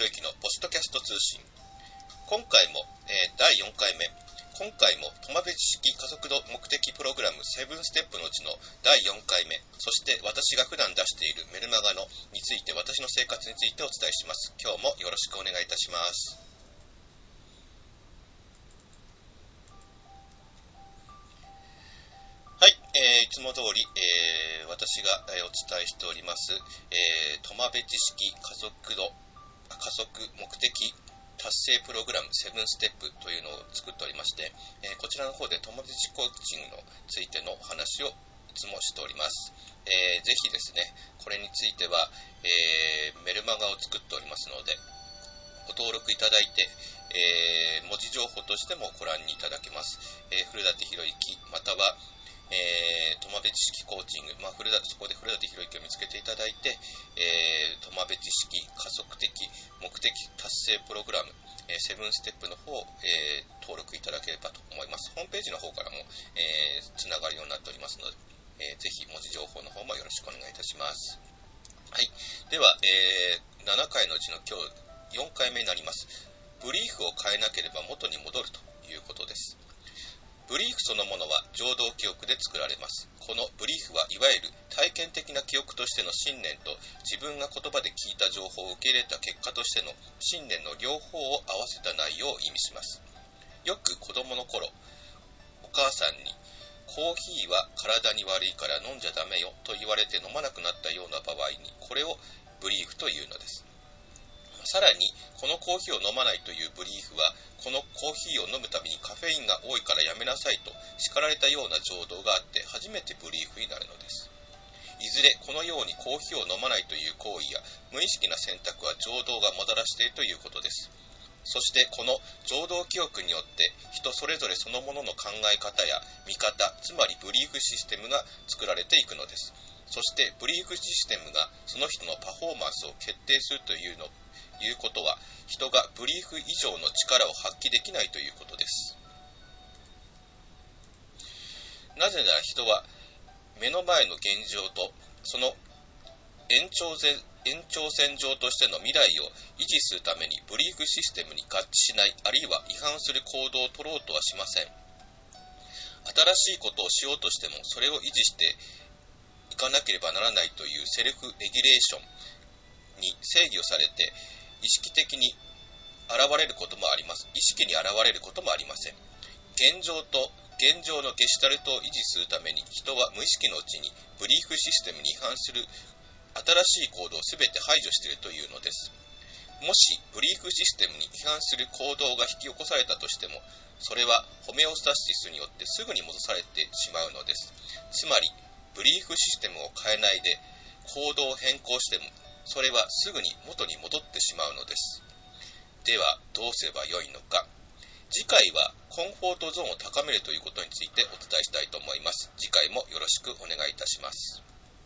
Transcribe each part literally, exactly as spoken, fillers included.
ろゆきのポストキャスト通信。今回も、えー、だいよんかいめ。今回もトマベチ式加速度目的プログラムセブンステップのうちのだいよんかいめ、そして私が普段出しているメルマガのについて、私の生活についてお伝えします。今日もよろしくお願いいたします。はい、えー、いつも通り、えー、私が、えー、お伝えしております、えー、トマベチ式加速度加速目的達成プログラムセブンステップというのを作っておりまして、えー、こちらの方でトマベチコーチングについてのお話をいつもしております。えー、ぜひですね、これについては、えー、メルマガを作っておりますので、ご登録いただいて、えー、文字情報としてもご覧にいただけます。えー、古舘博之またはえー、トマベチ式コーチング、まあ、古田そこで古舘博之を見つけていただいて、えー、トマベチ式加速的目的達成プログラム、えー、セブンステップの方を、えー、登録いただければと思います。ホームページの方からも、えー、つながるようになっておりますので、えー、ぜひ文字情報の方もよろしくお願いいたします。はい。では、えー、ななかいのうちの今日よんかいめになります。ブリーフを変えなければ元に戻るということです。ブリーフそのものは情動記憶で作られます。このブリーフはいわゆる体験的な記憶としての信念と自分が言葉で聞いた情報を受け入れた結果としての信念の両方を合わせた内容を意味します。よく子供の頃、お母さんにコーヒーは体に悪いから飲んじゃダメよと言われて飲まなくなったような場合にこれをブリーフというのです。さらにこのコーヒーを飲まないというブリーフはこのコーヒーを飲むたびにカフェインが多いからやめなさいと叱られたような情動があって初めてブリーフになるのです。いずれこのようにコーヒーを飲まないという行為や無意識な選択は情動がもたらしているということです。そしてこの情動記憶によって人それぞれそのものの考え方や見方、つまりブリーフシステムが作られていくのです。そしてブリーフシステムがその人のパフォーマンスを決定するというのいうことは人がブリーフ以上の力を発揮できないということです。なぜなら人は目の前の現状とその延長線、延長線上としての未来を維持するためにブリーフシステムに合致しない、あるいは違反する行動を取ろうとはしません。新しいことをしようとしてもそれを維持していかなければならないというセルフレギュレーションに制御されて意識的に現れることもあります。意識に現れることもありません。現状と現状のゲシュタルトを維持するために人は無意識のうちにブリーフシステムに違反する新しい行動をすべて排除しているというのです。もしブリーフシステムに違反する行動が引き起こされたとしても、それはホメオスタシスによってすぐに戻されてしまうのです。つまりブリーフシステムを変えないで行動を変更してもそれはすぐに元に戻ってしまうのです。ではどうすればよいのか。次回はコンフォートゾーンを高めるということについてお伝えしたいと思います。次回もよろしくお願いいたします。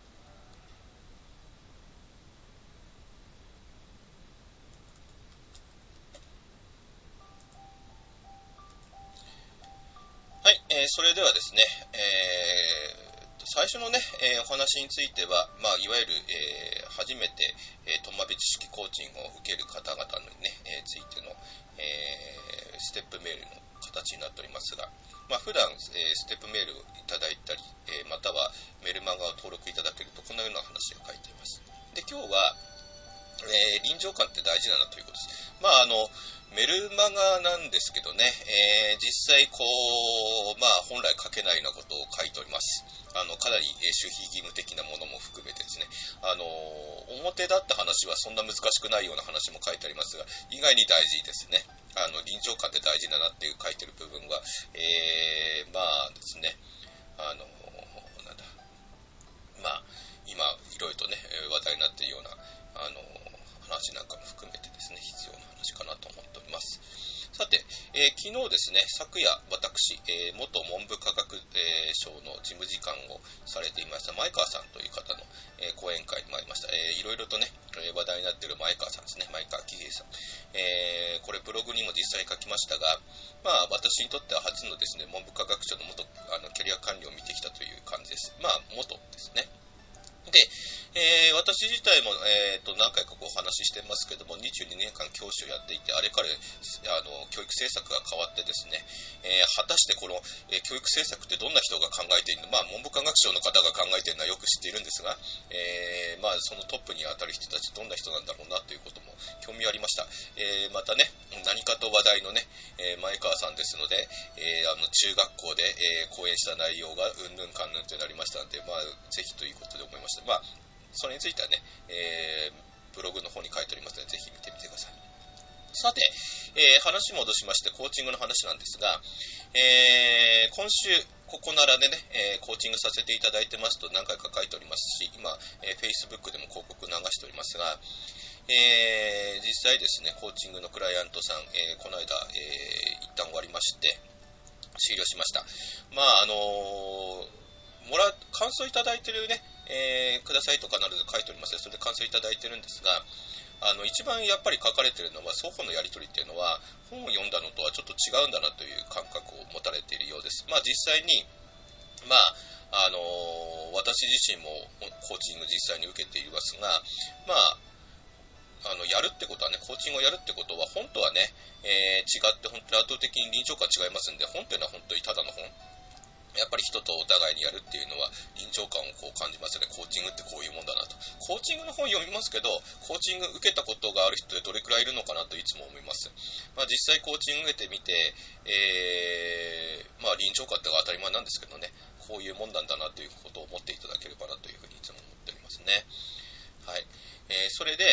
はい、えー、それではですね、えー最初のね、えー、お話については、まあ、いわゆる、えー、初めて、えー、トマベチ式コーチングを受ける方々にね、えー、ついての、えー、ステップメールの形になっておりますが、まあ、普段、えー、ステップメールをいただいたり、えー、またはメルマガを登録いただけるとこのような話が書いています。で、今日は、えー、臨場感って大事だなということです。まあ、あの、メルマガなんですけどね、えー、実際こう、まあ、本来書けないようなことを書いております。あの、かなり、えー、守秘義務的なものも含めてですね、あの、表だった話はそんな難しくないような話も書いてありますが、意外に大事ですね。あの、臨場感って大事だなっていう書いてる部分は、えー、まあですね、あの、なんだ、まあ、今、いろいろとね、話題になっているような、あの、話なんかも含めてですね、必要な話かなと思っております。さて、えー、昨日ですね、昨夜私、えー、元文部科学、えー、省の事務次官をされていました前川さんという方の、えー、講演会に参りました。えー、いろいろとね、話題になっている前川さんですね、前川喜平さん。えー、これブログにも実際書きましたが、まあ私にとっては初のですね、文部科学省の元あのキャリア管理を見てきたという感じです。まあ元ですね。 で、えー、私自体も、えー、と何回かこうお話ししてますけども、にじゅうにねんかん教師をやっていて、あれからあの教育政策が変わってですね、えー、果たしてこの、えー、教育政策ってどんな人が考えているの、まあ、文部科学省の方が考えているのはよく知っているんですが、えーまあ、そのトップに当たる人たち、どんな人なんだろうなということも興味ありました。えー、またね、何かと話題のね、えー、前川さんですので、えー、あの中学校で、えー、講演した内容がうんぬんかんぬんとなりましたので、まあ、ぜひということで思いました。まあそれについてはね、えー、ブログの方に書いておりますので、ぜひ見てみてください。さて、えー、話戻しまして、コーチングの話なんですが、えー、今週、ここならでね、えー、コーチングさせていただいてますと何回か書いておりますし、今、えー、Facebook でも広告流しておりますが、えー、実際ですね、コーチングのクライアントさん、えー、この間、えー、一旦終わりまして、終了しました。まあ、あのー、もらう、感想いただいてるね、えー、くださいとかなどで書いておりますので、それで感想いただいてるんですが、あの一番やっぱり書かれているのは双方のやり取りっていうのは本を読んだのとはちょっと違うんだなという感覚を持たれているようです。まあ実際に、まああのー、私自身もコーチング実際に受けていますが、まああのやるってことはね、コーチングをやるってことは本とはね、えー、違って本当に圧倒的に臨場感違いますんで、本というのは本当にただの本。やっぱり人とお互いにやるっていうのは臨場感をこう感じますよね。コーチングってこういうもんだなと。コーチングの本読みますけど、コーチング受けたことがある人でどれくらいいるのかなといつも思います。まあ、実際コーチング受けてみて、えー、まあ臨場感って当たり前なんですけどね、こういうもんなんだなということを思っていただければなというふうにいつも思っておりますね。はい。えー、それで、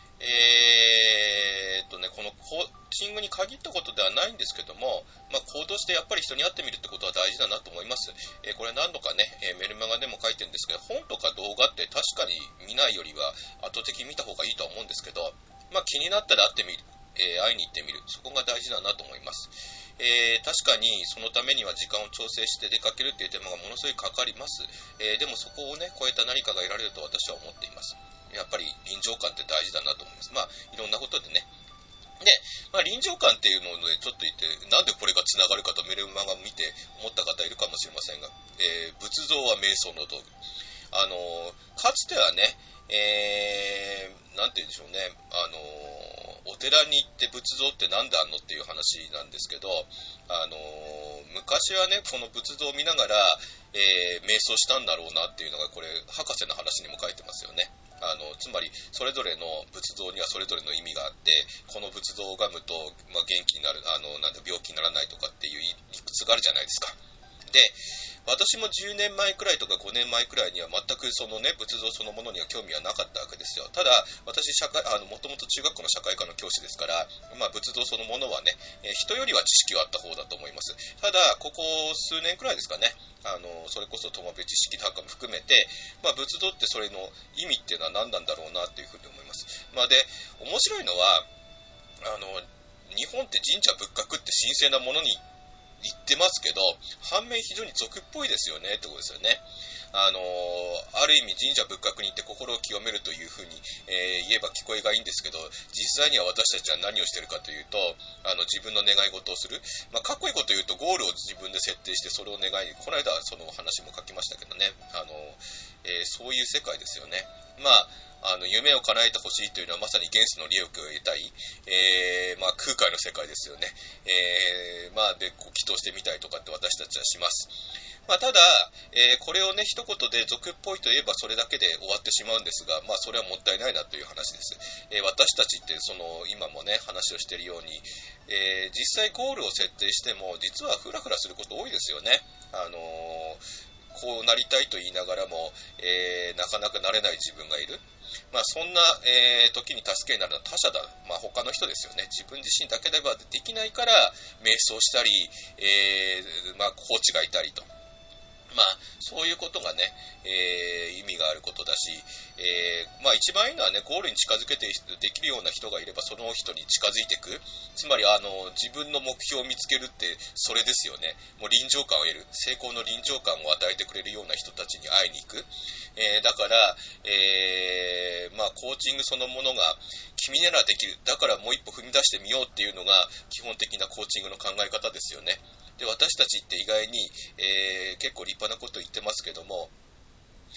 えーっとね、このコーチングに限ったことではないんですけども、まあ、行動してやっぱり人に会ってみるってことは大事だなと思います。えー、これ何度かね、えー、メルマガでも書いてるんですけど、本とか動画って確かに見ないよりは圧倒的に見た方がいいとは思うんですけど、まあ、気になったら会ってみる、えー、会いに行ってみる、そこが大事だなと思います。えー、確かにそのためには時間を調整して出かけるっていう手間がものすごいかかります。えー、でもそこをね、超えた何かが得られると私は思っています。やっぱり臨場感って大事だなと思います。まあ、いろんなことでね。で、まあ、臨場感っていうのでちょっと言って、なんでこれがつながるかとメルマガ見て思った方いるかもしれませんが、えー、仏像は瞑想の道具。あのー、かつてはね、えー、なんて言うんでしょうね、あのー、お寺に行って仏像って何であんのっていう話なんですけど、あのー、昔はね、この仏像を見ながら、えー、瞑想したんだろうなっていうのが、これ、博士の話にも書いてますよね。あの、つまり、それぞれの仏像にはそれぞれの意味があって、この仏像を拝むと、まあ、元気になる、あの、なんだ、病気にならないとかっていう理屈があるじゃないですか。で、私もじゅうねんまえくらいとかごねんまえくらいには全くそのね、仏像そのものには興味はなかったわけですよ。ただ、私、社会、あの、もともと中学校の社会科の教師ですから、まあ、仏像そのものはね、えー、人よりは知識はあった方だと思います。ただ、ここ数年くらいですかね、あの、それこそ友部知識なんかも含めて、まあ、仏像ってそれの意味っていうのは何なんだろうなっていうふうに思います。まあ、で、面白いのは、あの、日本って神社仏閣って神聖なものに言ってますけど、反面非常に俗っぽいですよねってことですよね。あのー、ある意味神社仏閣に行って心を清めるというふうに、えー、言えば聞こえがいいんですけど、実際には私たちは何をしているかというと、あの自分の願い事をする。まあ、かっこいいこと言うとゴールを自分で設定してそれを願い、この間その話も書きましたけどね、あのーえー、そういう世界ですよね。まあ、あの夢を叶えてほしいというのはまさに原始の利益を得たい、えーまあ、空海の世界ですよね。えーまあ、でこう祈祷してみたいとかって私たちはします。まあ、ただ、えー、これをね一言で俗っぽいといえばそれだけで終わってしまうんですが、まあ、それはもったいないなという話です。えー、私たちってその今もね話をしているように、えー、実際ゴールを設定しても実はフラフラすること多いですよね。あのーこうなりたいと言いながらも、えー、なかなかなれない自分がいる。まあ、そんな、えー、時に助けになるのは他者だ。まあ、他の人ですよね。自分自身だけではできないから、瞑想したり、えー、まあ、コーチがいたりと。まあ、そういうことがね、えー、意味があることだし、えー、まあ一番いいのはね、ゴールに近づけてできるような人がいればその人に近づいていく。つまり、あの、自分の目標を見つけるってそれですよね。もう臨場感を得る。成功の臨場感を与えてくれるような人たちに会いに行く。えー、だから、えー、まあコーチングそのものが君ならできる。だからもう一歩踏み出してみようっていうのが基本的なコーチングの考え方ですよね。で、私たちって意外に、えー、結構立派なこと言ってますけども、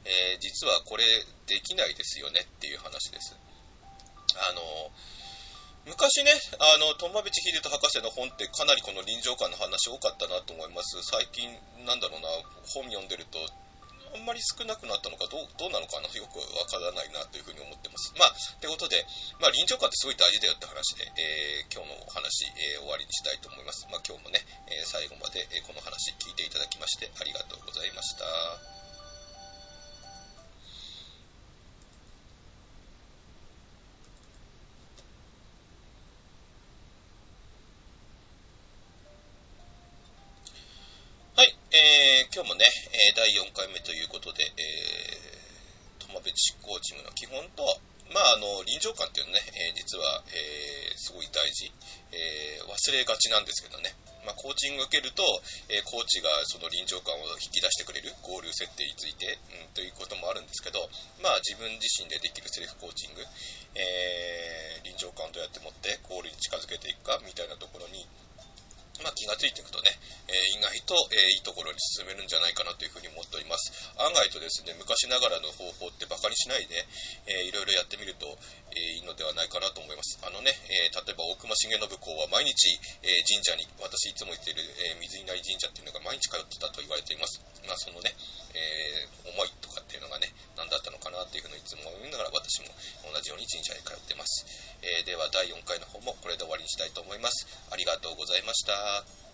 えー、実はこれできないですよねっていう話です。あの昔ね、あのトマベチヒルト博士の本ってかなりこの臨場感の話多かったなと思います。最近なんだろうな、本読んでるとあんまり少なくなったのかどう、どうなのかな、よくわからないなというふうに思ってます。まあということで、まあ、臨場感ってすごい大事だよって話で、えー、今日のお話、えー、終わりにしたいと思います。まあ、今日もね、えー、最後まで、えー、この話聞いていただきましてありがとうございました。はい、えー、今日もね、えー、だいよんかいめということで、えー、トマベチコーチングの基本と、まあ、あの、臨場感っていうのね、えー、実は、えー、すごい大事、えー、忘れがちなんですけどね、まあ、コーチングを受けると、えー、コーチがその臨場感を引き出してくれる、ゴール設定について、うん、ということもあるんですけど、まあ、自分自身でできるセルフコーチング、えー、臨場感をどうやって持ってゴールに近づけていくか、みたいなところに、まあ、気がついていくとね、えー、意外と、えー、いいところに進めるんじゃないかなというふうに思っております。案外とですね、昔ながらの方法ってバカにしないで、えー、いろいろやってみると、えー、いいのではないかなと思います。あのね、えー、例えば大隈重信公は毎日、えー、神社に、私いつも行っている、えー、水稲荷神社っていうのが毎日通ってたと言われています。まあ、そのね、えー、思いとかっていうのがね、何だったのかなっていうふうにいつも思いながら私も同じように神社に通っています。えー、ではだいよんかいの方もこれで終わりにしたいと思います。ありがとうございました。